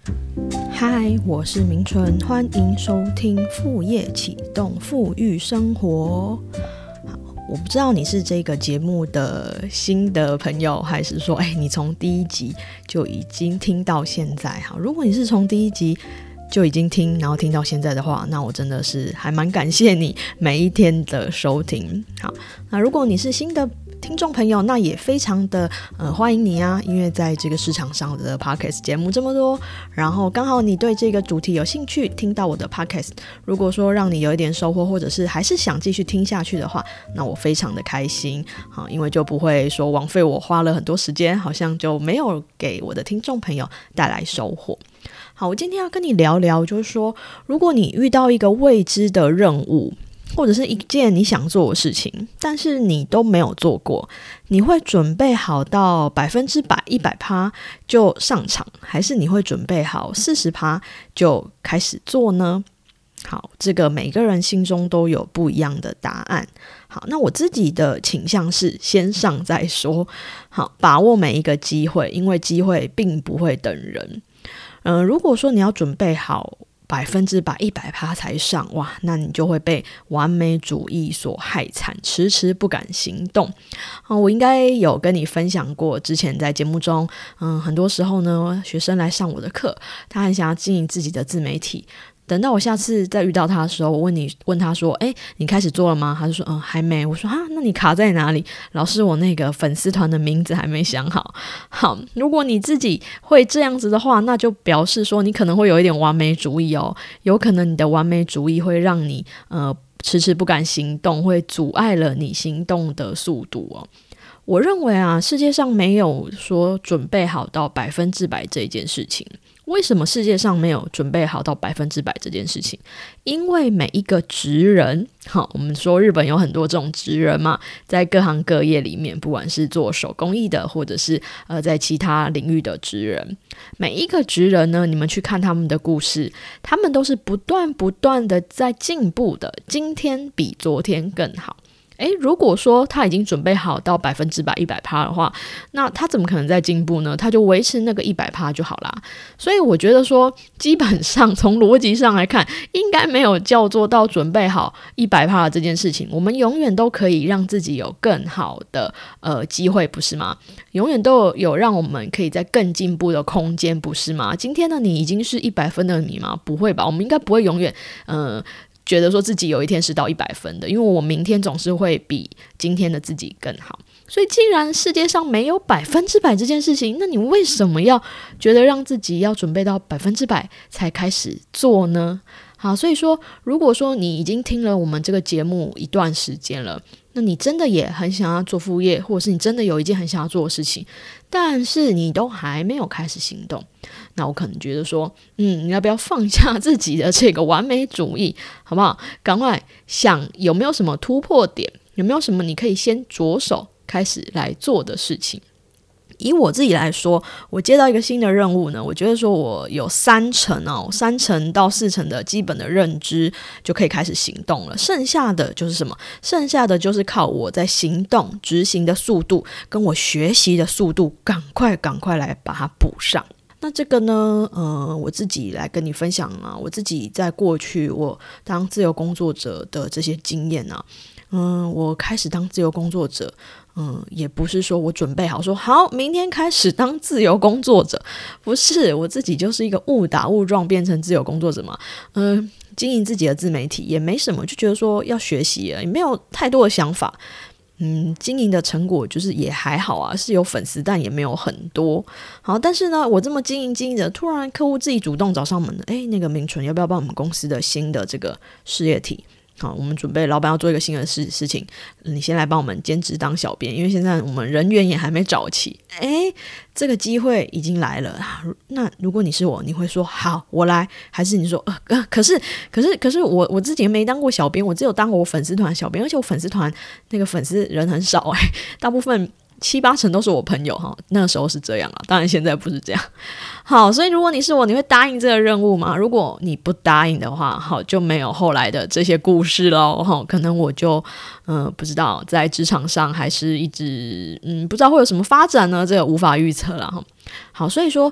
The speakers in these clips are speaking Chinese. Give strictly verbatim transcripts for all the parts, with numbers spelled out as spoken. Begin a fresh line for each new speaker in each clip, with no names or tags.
嗨，我是明纯，欢迎收听副业启动富裕生活。好，我不知道你是这个节目的新的朋友，还是说，哎，你从第一集就已经听到现在。好，如果你是从第一集就已经听，然后听到现在的话，那我真的是还蛮感谢你每一天的收听。好，那如果你是新的听众朋友，那也非常的呃欢迎你啊，因为在这个市场上的 podcast 节目这么多，然后刚好你对这个主题有兴趣，听到我的 podcast， 如果说让你有一点收获，或者是还是想继续听下去的话，那我非常的开心啊，因为就不会说枉费我花了很多时间，好像就没有给我的听众朋友带来收获。好，我今天要跟你聊聊，就是说如果你遇到一个未知的任务，或者是一件你想做的事情，但是你都没有做过，你会准备好到百分之百一百趴就上场，还是你会准备好四十趴就开始做呢？好，这个每个人心中都有不一样的答案。好，那我自己的倾向是先上再说。好，把握每一个机会，因为机会并不会等人。嗯、呃，如果说你要准备好百分之百一百趴才上，哇，那你就会被完美主义所害惨，迟迟不敢行动。啊，我应该有跟你分享过，之前在节目中，嗯，很多时候呢，学生来上我的课，他很想要经营自己的自媒体。等到我下次再遇到他的时候，我问你问他说，诶，你开始做了吗？他就说，嗯，还没。我说，啊，那你卡在哪里？老师，我那个粉丝团的名字还没想好。好，如果你自己会这样子的话，那就表示说你可能会有一点完美主义哦，有可能你的完美主义会让你呃迟迟不敢行动，会阻碍了你行动的速度哦。我认为啊，世界上没有说准备好到百分之百这件事情。为什么世界上没有准备好到百分之百这件事情？因为每一个职人，好，我们说日本有很多这种职人嘛，在各行各业里面，不管是做手工艺的，或者是呃在其他领域的职人，每一个职人呢，你们去看他们的故事，他们都是不断不断的在进步的，今天比昨天更好。诶，如果说他已经准备好到百分之百一百趴的话，那他怎么可能再进步呢？他就维持那个一百趴就好啦。所以我觉得说，基本上从逻辑上来看，应该没有叫做到准备好一百趴的这件事情。我们永远都可以让自己有更好的呃机会，不是吗？永远都有有让我们可以在更进步的空间，不是吗？今天的你已经是一百分的你吗？不会吧？我们应该不会永远呃。觉得说自己有一天是到一百分的，因为我明天总是会比今天的自己更好。所以既然世界上没有百分之百这件事情，那你为什么要觉得让自己要准备到百分之百才开始做呢？好，所以说如果说你已经听了我们这个节目一段时间了，那你真的也很想要做副业，或者是你真的有一件很想要做的事情，但是你都还没有开始行动，那我可能觉得说，嗯，你要不要放下自己的这个完美主义，好不好？赶快想有没有什么突破点，有没有什么你可以先着手开始来做的事情。以我自己来说，我接到一个新的任务呢，我觉得说我有三成哦，三成到四成的基本的认知就可以开始行动了，剩下的就是什么？剩下的就是靠我在行动执行的速度，跟我学习的速度，赶快赶快来把它补上。那这个呢，呃，我自己来跟你分享啊，我自己在过去我当自由工作者的这些经验啊，嗯、呃，我开始当自由工作者。嗯，也不是说我准备好说好明天开始当自由工作者，不是，我自己就是一个误打误撞变成自由工作者嘛。嗯、呃，经营自己的自媒体也没什么，就觉得说要学习了，也没有太多的想法。嗯，经营的成果就是也还好啊，是有粉丝，但也没有很多。好，但是呢，我这么经营经营着，突然客户自己主动找上门了，诶，那个明纯要不要帮我们公司的新的这个事业体？好，我们准备老板要做一个新的事事情，你先来帮我们兼职当小编，因为现在我们人员也还没找齐。诶，这个机会已经来了。那如果你是我，你会说好我来，还是你说呃呃可是可是可是我我自己没当过小编，我只有当过我粉丝团小编，而且我粉丝团那个粉丝人很少诶，大部分七八成都是我朋友哈，那个时候是这样啊，当然现在不是这样。好，所以如果你是我，你会答应这个任务吗？如果你不答应的话，好，就没有后来的这些故事咯。哈，可能我就嗯、呃、不知道在职场上还是一直嗯不知道会有什么发展呢，这个无法预测啦哈。好，所以说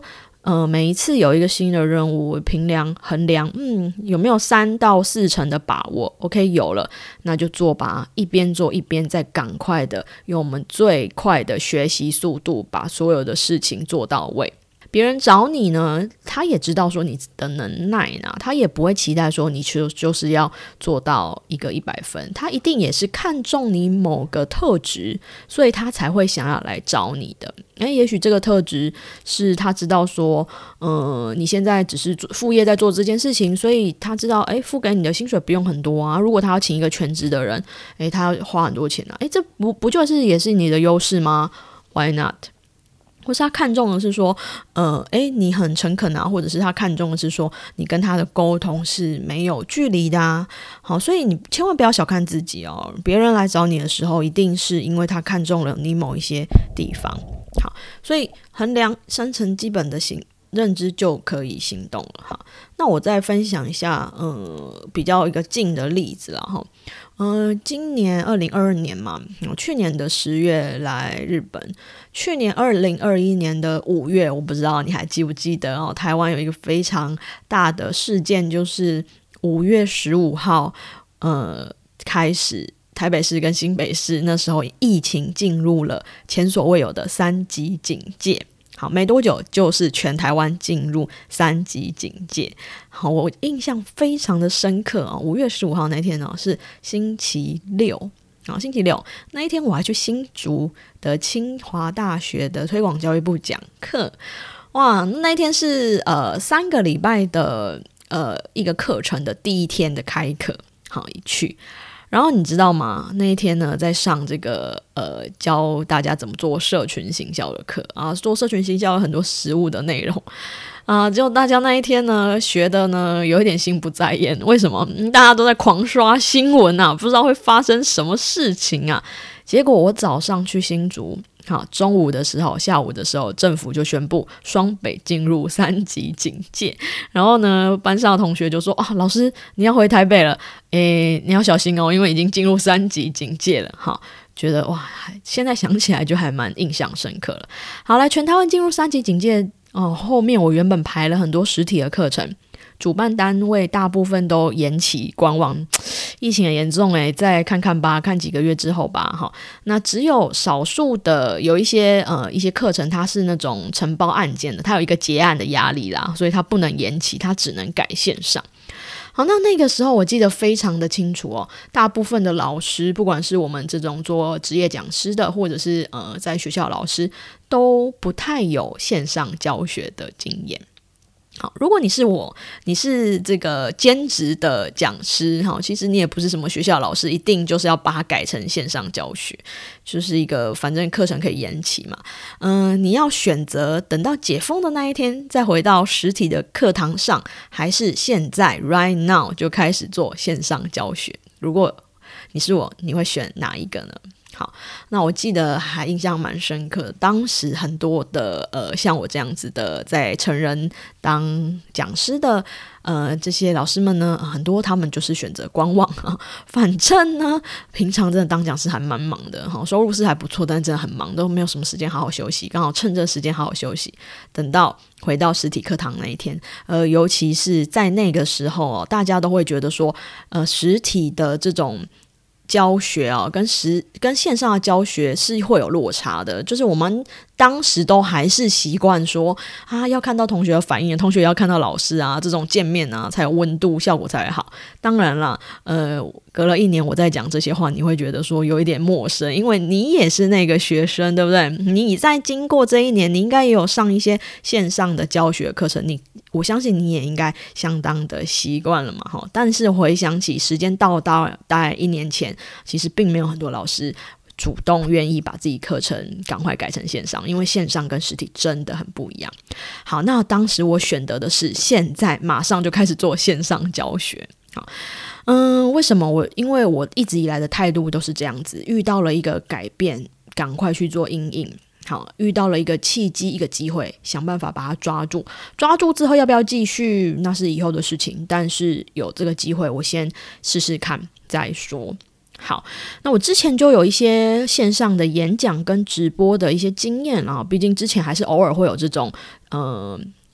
呃，每一次有一个新的任务，评量衡量，嗯，有没有三到四成的把握 ？OK， 有了，那就做吧。一边做一边再赶快的用我们最快的学习速度，把所有的事情做到位。别人找你呢，他也知道说你的能耐呢，他也不会期待说你就就是要做到一个一百分，他一定也是看中你某个特质，所以他才会想要来找你的。诶，也许这个特质是他知道说，呃，你现在只是副业在做这件事情，所以他知道，诶，付给你的薪水不用很多啊。如果他要请一个全职的人，诶，他要花很多钱啊。诶，这不不就是也是你的优势吗？ Why not？或是他看重的是说，呃，诶，你很诚恳啊，或者是他看重的是说，你跟他的沟通是没有距离的啊。好，所以你千万不要小看自己哦。别人来找你的时候，一定是因为他看中了你某一些地方。好，所以衡量生成基本的行认知就可以行动了哈。那我再分享一下，呃，比较一个近的例子啦哈。呃，今年二零二二年嘛，去年的十月来日本，去年二零二一年的五月，我不知道你还记不记得哦？台湾有一个非常大的事件，就是五月十五号，呃，开始台北市跟新北市那时候疫情进入了前所未有的三级警戒。好，没多久就是全台湾进入三级警戒。好，我印象非常的深刻啊、哦！五月十五号那天呢、哦、是星期六，好，星期六那一天我还去新竹的清华大学的推广教育部讲课。哇，那一天是呃三个礼拜的呃一个课程的第一天的开课，好，一去。然后你知道吗？那一天呢，在上这个呃教大家怎么做社群行销的课啊，做社群行销有很多实务的内容啊，结果大家那一天呢学的呢有一点心不在焉。为什么？嗯、大家都在狂刷新闻啊，不知道会发生什么事情啊。结果我早上去新竹，好，中午的时候下午的时候政府就宣布双北进入三级警戒。然后呢班上的同学就说啊，老师你要回台北了，诶，你要小心哦，因为已经进入三级警戒了。好，觉得哇，现在想起来就还蛮印象深刻了。好，来，全台湾进入三级警戒哦，后面我原本排了很多实体的课程，主办单位大部分都延期观望，疫情很严重诶，再看看吧，看几个月之后吧。哈，那只有少数的有一些呃一些课程，它是那种承包案件的，它有一个结案的压力啦，所以它不能延期，它只能改线上。好，那那个时候我记得非常的清楚哦，大部分的老师，不管是我们这种做职业讲师的，或者是呃在学校老师，都不太有线上教学的经验。好，如果你是我，你是这个兼职的讲师，好，其实你也不是什么学校老师，一定就是要把它改成线上教学，就是一个反正课程可以延期嘛。嗯、呃，你要选择等到解封的那一天再回到实体的课堂上，还是现在 right now 就开始做线上教学？如果你是我，你会选哪一个呢？好，那我记得还印象蛮深刻的，当时很多的呃像我这样子的在成人当讲师的呃这些老师们呢，很多他们就是选择观望啊，反正呢平常真的当讲师还蛮忙的哈，收入是还不错，但真的很忙，都没有什么时间好好休息，刚好趁这时间好好休息，等到回到实体课堂那一天，呃尤其是在那个时候哦，大家都会觉得说呃实体的这种教学啊，跟实跟线上的教学是会有落差的，就是我们当时都还是习惯说啊，要看到同学的反应，同学要看到老师啊，这种见面啊才有温度，效果才好。当然啦，呃，隔了一年我在讲这些话，你会觉得说有一点陌生，因为你也是那个学生，对不对？你在经过这一年，你应该也有上一些线上的教学课程，你我相信你也应该相当的习惯了嘛，哈。但是回想起时间到到大概一年前，其实并没有很多老师主动愿意把自己课程赶快改成线上，因为线上跟实体真的很不一样。好，那当时我选择的是现在马上就开始做线上教学。好，嗯，为什么我？因为我一直以来的态度都是这样子，遇到了一个改变，赶快去做因应。好，遇到了一个契机，一个机会，想办法把它抓住。抓住之后要不要继续，那是以后的事情。但是有这个机会，我先试试看再说。好，那我之前就有一些线上的演讲跟直播的一些经验啊，毕竟之前还是偶尔会有这种呃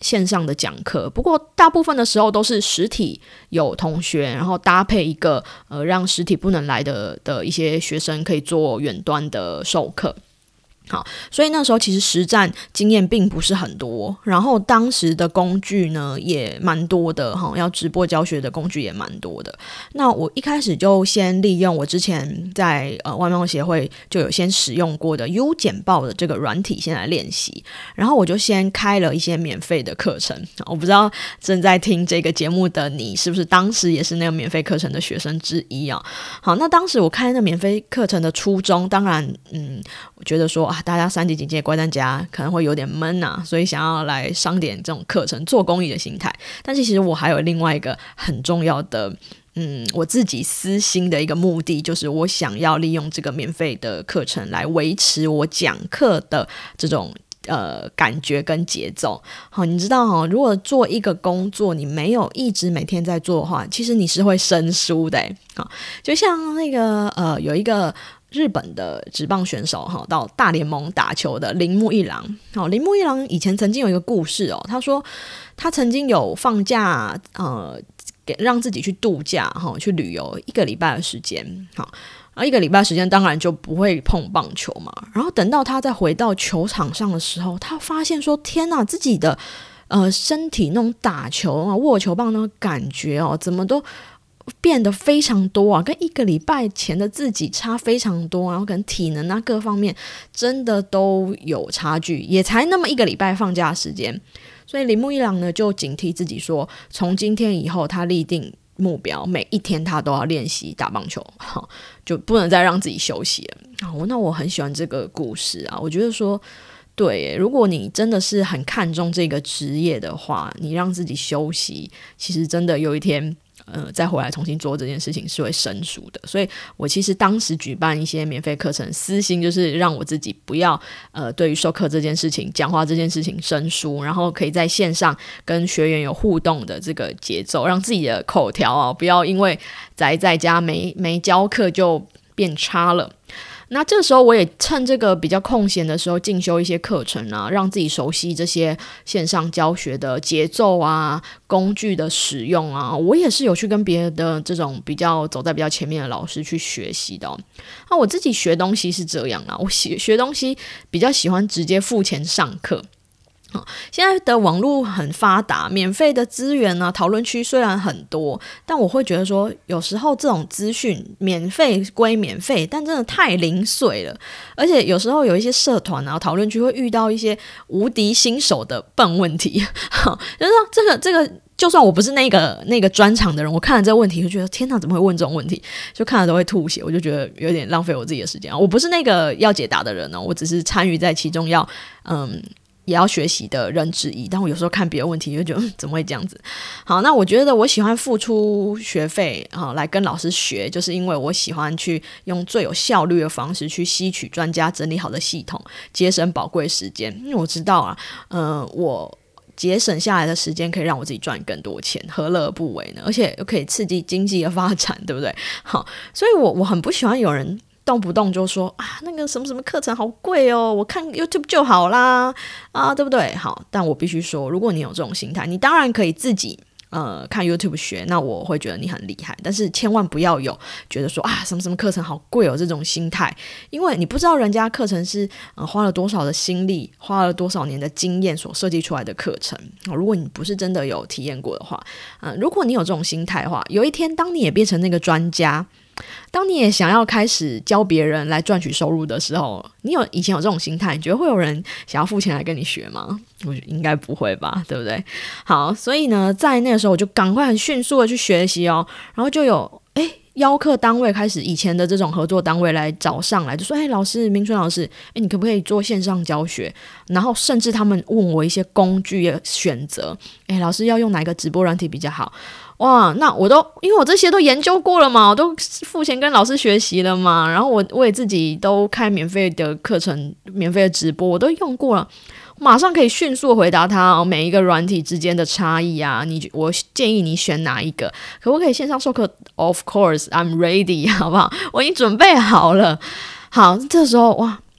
线上的讲课，不过大部分的时候都是实体有同学，然后搭配一个呃让实体不能来的的一些学生可以做远端的授课。好，所以那时候其实实战经验并不是很多，然后当时的工具呢也蛮多的，要直播教学的工具也蛮多的。那我一开始就先利用我之前在呃外贸协会就有先使用过的 U 简报的这个软体先来练习，然后我就先开了一些免费的课程。我不知道正在听这个节目的你是不是当时也是那个免费课程的学生之一啊？好，那当时我开那免费课程的初衷，当然嗯我觉得说啊，大家三级警戒关在家可能会有点闷啊，所以想要来上点这种课程做公益的心态。但是其实我还有另外一个很重要的嗯，我自己私心的一个目的，就是我想要利用这个免费的课程来维持我讲课的这种呃感觉跟节奏。好，你知道哈、哦，如果做一个工作你没有一直每天在做的话，其实你是会生疏的。好，就像那个呃有一个日本的职棒选手哈，到大联盟打球的铃木一郎。好，铃木一郎以前曾经有一个故事哦，他说他曾经有放假呃给让自己去度假哈，去旅游一个礼拜的时间。好，然后一个礼拜的时间当然就不会碰棒球嘛。然后等到他再回到球场上的时候，他发现说天哪，自己的呃身体那种打球啊握球棒那种感觉哦，怎么都变得非常多啊，跟一个礼拜前的自己差非常多，然后可能体能啊各方面真的都有差距，也才那么一个礼拜放假的时间。所以铃木一郎呢就警惕自己说，从今天以后他立定目标，每一天他都要练习打棒球，就不能再让自己休息了。哦，那我很喜欢这个故事啊，我觉得说对，如果你真的是很看重这个职业的话，你让自己休息，其实真的有一天呃，再回来重新做这件事情是会生疏的。所以我其实当时举办一些免费课程，私心就是让我自己不要呃，对于授课这件事情讲话这件事情生疏，然后可以在线上跟学员有互动的这个节奏，让自己的口条啊不要因为宅在家没没教课就变差了。那这时候我也趁这个比较空闲的时候进修一些课程啊，让自己熟悉这些线上教学的节奏啊，工具的使用啊，我也是有去跟别的这种比较走在比较前面的老师去学习的哦。那我自己学东西是这样啊，我学学东西比较喜欢直接付钱上课。现在的网络很发达，免费的资源啊，讨论区虽然很多，但我会觉得说有时候这种资讯免费归免费，但真的太零碎了。而且有时候有一些社团啊讨论区会遇到一些无敌新手的笨问题，就是说这个这个就算我不是那个那个专场的人，我看了这个问题就觉得天哪，怎么会问这种问题，就看了都会吐血，我就觉得有点浪费我自己的时间。我不是那个要解答的人呢，我只是参与在其中要嗯也要学习的人之一，但我有时候看别的问题就觉得、嗯、怎么会这样子。好，那我觉得我喜欢付出学费、啊、来跟老师学，就是因为我喜欢去用最有效率的方式去吸取专家整理好的系统，节省宝贵时间。因为我知道啊呃，我节省下来的时间可以让我自己赚更多钱，何乐而不为呢？而且又可以刺激经济的发展，对不对？好，所以我我很不喜欢有人动不动就说啊，那个什么什么课程好贵哦，我看 YouTube 就好啦，啊，对不对？好，但我必须说，如果你有这种心态，你当然可以自己呃看 YouTube 学，那我会觉得你很厉害，但是千万不要有觉得说啊什么什么课程好贵哦这种心态，因为你不知道人家课程是、呃、花了多少的心力，花了多少年的经验所设计出来的课程、哦、如果你不是真的有体验过的话、呃、如果你有这种心态的话，有一天当你也变成那个专家，当你也想要开始教别人来赚取收入的时候，你有以前有这种心态，你觉得会有人想要付钱来跟你学吗？我觉得应该不会吧，对不对？好，所以呢在那个时候我就赶快很迅速的去学习哦，然后就有诶邀课单位开始以前的这种合作单位来找上来，就说诶老师明春老师，诶你可不可以做线上教学？然后甚至他们问我一些工具的选择，诶老师要用哪一个直播软体比较好？哇，那我都因为我这些都研究过了嘛，我都付钱跟老师学习了嘛，然后我我也自己都开免费的课程，免费的直播我都用过了，马上可以迅速回答他、哦、每一个软体之间的差异啊，你我建议你选哪一个，可不可以线上授课 ？Of course, I'm ready， 好不好？我已经准备好了。好，这时候哇，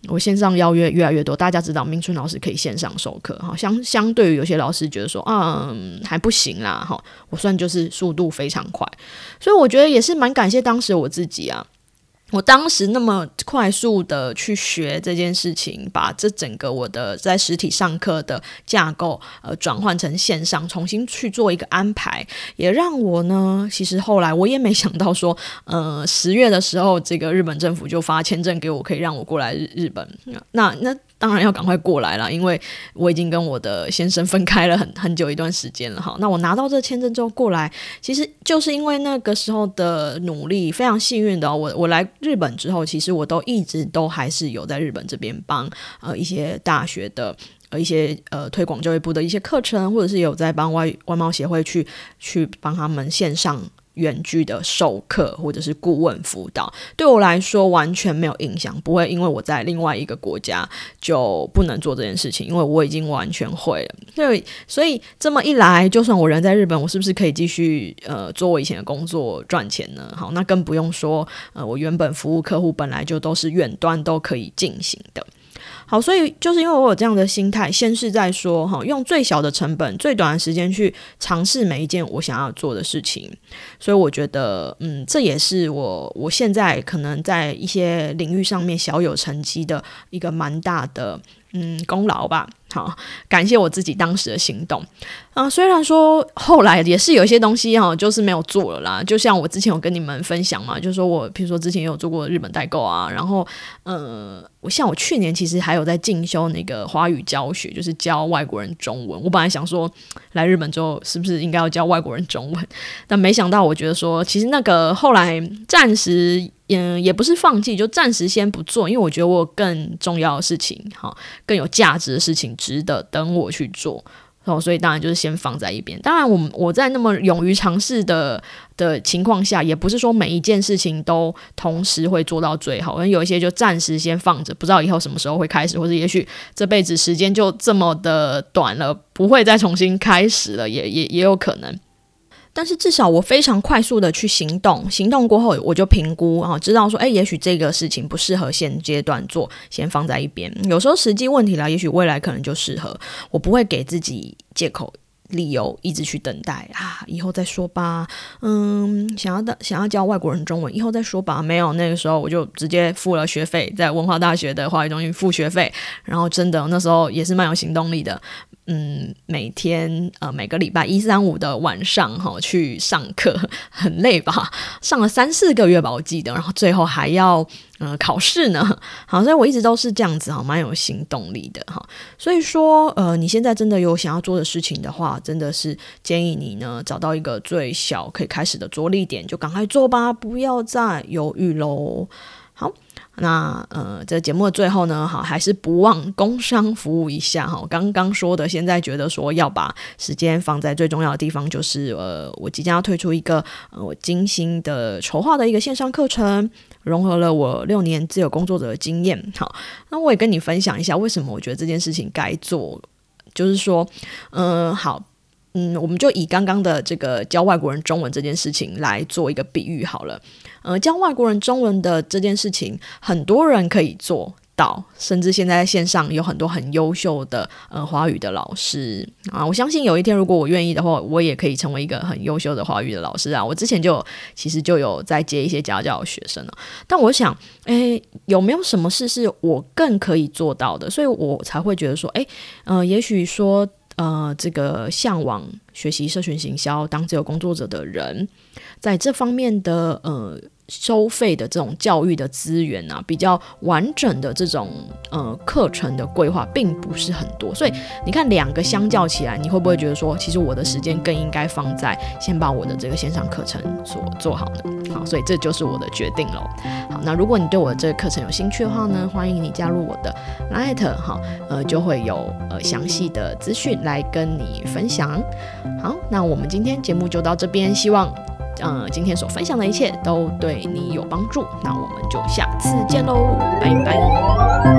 我线上邀约越来越多，大家知道明春老师可以线上授课，相相对于有些老师觉得说嗯还不行啦，我算就是速度非常快，所以我觉得也是蛮感谢当时我自己啊，我当时那么快速的去学这件事情，把这整个我的在实体上课的架构呃转换成线上，重新去做一个安排，也让我呢，其实后来我也没想到说，呃，十月的时候，这个日本政府就发签证给我，可以让我过来日日本。那那当然要赶快过来了，因为我已经跟我的先生分开了很很久一段时间了哈。那我拿到这签证之后过来，其实就是因为那个时候的努力，非常幸运的、哦、我我来日本之后，其实我都一直都还是有在日本这边帮呃一些大学的呃一些呃推广教育部的一些课程，或者是有在帮外外贸协会去去帮他们线上远距的授课或者是顾问辅导，对我来说完全没有影响，不会因为我在另外一个国家就不能做这件事情，因为我已经完全会了。所以所以这么一来，就算我人在日本，我是不是可以继续呃做我以前的工作赚钱呢？好，那更不用说呃我原本服务客户本来就都是远端都可以进行的。好，所以就是因为我有这样的心态，先是在说用最小的成本最短的时间去尝试每一件我想要做的事情，所以我觉得嗯，这也是我我现在可能在一些领域上面小有成绩的一个蛮大的嗯功劳吧。好，感谢我自己当时的行动啊、呃。虽然说后来也是有一些东西哈，就是没有做了啦。就像我之前有跟你们分享嘛，就是说我比如说之前有做过日本代购啊，然后呃，我像我去年其实还有在进修那个华语教学，就是教外国人中文。我本来想说来日本之后是不是应该要教外国人中文，但没想到我觉得说其实那个后来暂时嗯，也不是放弃，就暂时先不做，因为我觉得我有更重要的事情，好，更有价值的事情值得等我去做，哦，所以当然就是先放在一边。当然我我在那么勇于尝试的的情况下，也不是说每一件事情都同时会做到最好，可能有一些就暂时先放着，不知道以后什么时候会开始，或者也许这辈子时间就这么的短了，不会再重新开始了，也也也有可能。但是至少我非常快速的去行动，行动过后我就评估、啊、知道说诶也许这个事情不适合现阶段做，先放在一边。有时候实际问题啦，也许未来可能就适合，我不会给自己借口理由一直去等待啊，以后再说吧，嗯，想要想要教外国人中文，以后再说吧。没有，那个时候我就直接付了学费，在文化大学的华语中心付学费，然后真的那时候也是蛮有行动力的。嗯，每天呃每个礼拜一三五的晚上齁去上课，很累吧，上了三四个月吧我记得，然后最后还要呃考试呢。好，所以我一直都是这样子，好，蛮有行动力的哈。所以说呃你现在真的有想要做的事情的话，真的是建议你呢找到一个最小可以开始的着力点，就赶快做吧，不要再犹豫咯。好，那呃，这节目的最后呢，好，还是不忘工商服务一下哈。刚刚说的，现在觉得说要把时间放在最重要的地方，就是呃，我即将要推出一个呃我精心的筹划的一个线上课程，融合了我六年自由工作者的经验。好，那我也跟你分享一下为什么我觉得这件事情该做，就是说，嗯、呃，好。嗯，我们就以刚刚的这个教外国人中文这件事情来做一个比喻好了。呃，教外国人中文的这件事情，很多人可以做到，甚至现在在线上有很多很优秀的呃华语的老师啊。我相信有一天如果我愿意的话，我也可以成为一个很优秀的华语的老师啊。我之前就其实就有在接一些家教的学生了，但我想，诶，有没有什么事是我更可以做到的？所以我才会觉得说，诶，呃，也许说。呃，这个向往学习社群行销当自由工作者的人，在这方面的呃收费的这种教育的资源啊，比较完整的这种呃课程的规划并不是很多，所以你看两个相较起来，你会不会觉得说，其实我的时间更应该放在先把我的这个线上课程所做好呢？好，所以这就是我的决定咯。好，那如果你对我的这个课程有兴趣的话呢，欢迎你加入我的 Line 哈，呃，就会有呃详细的资讯来跟你分享。好，那我们今天节目就到这边，希望呃今天所分享的一切都对你有帮助。那我们就下次见喽，拜拜。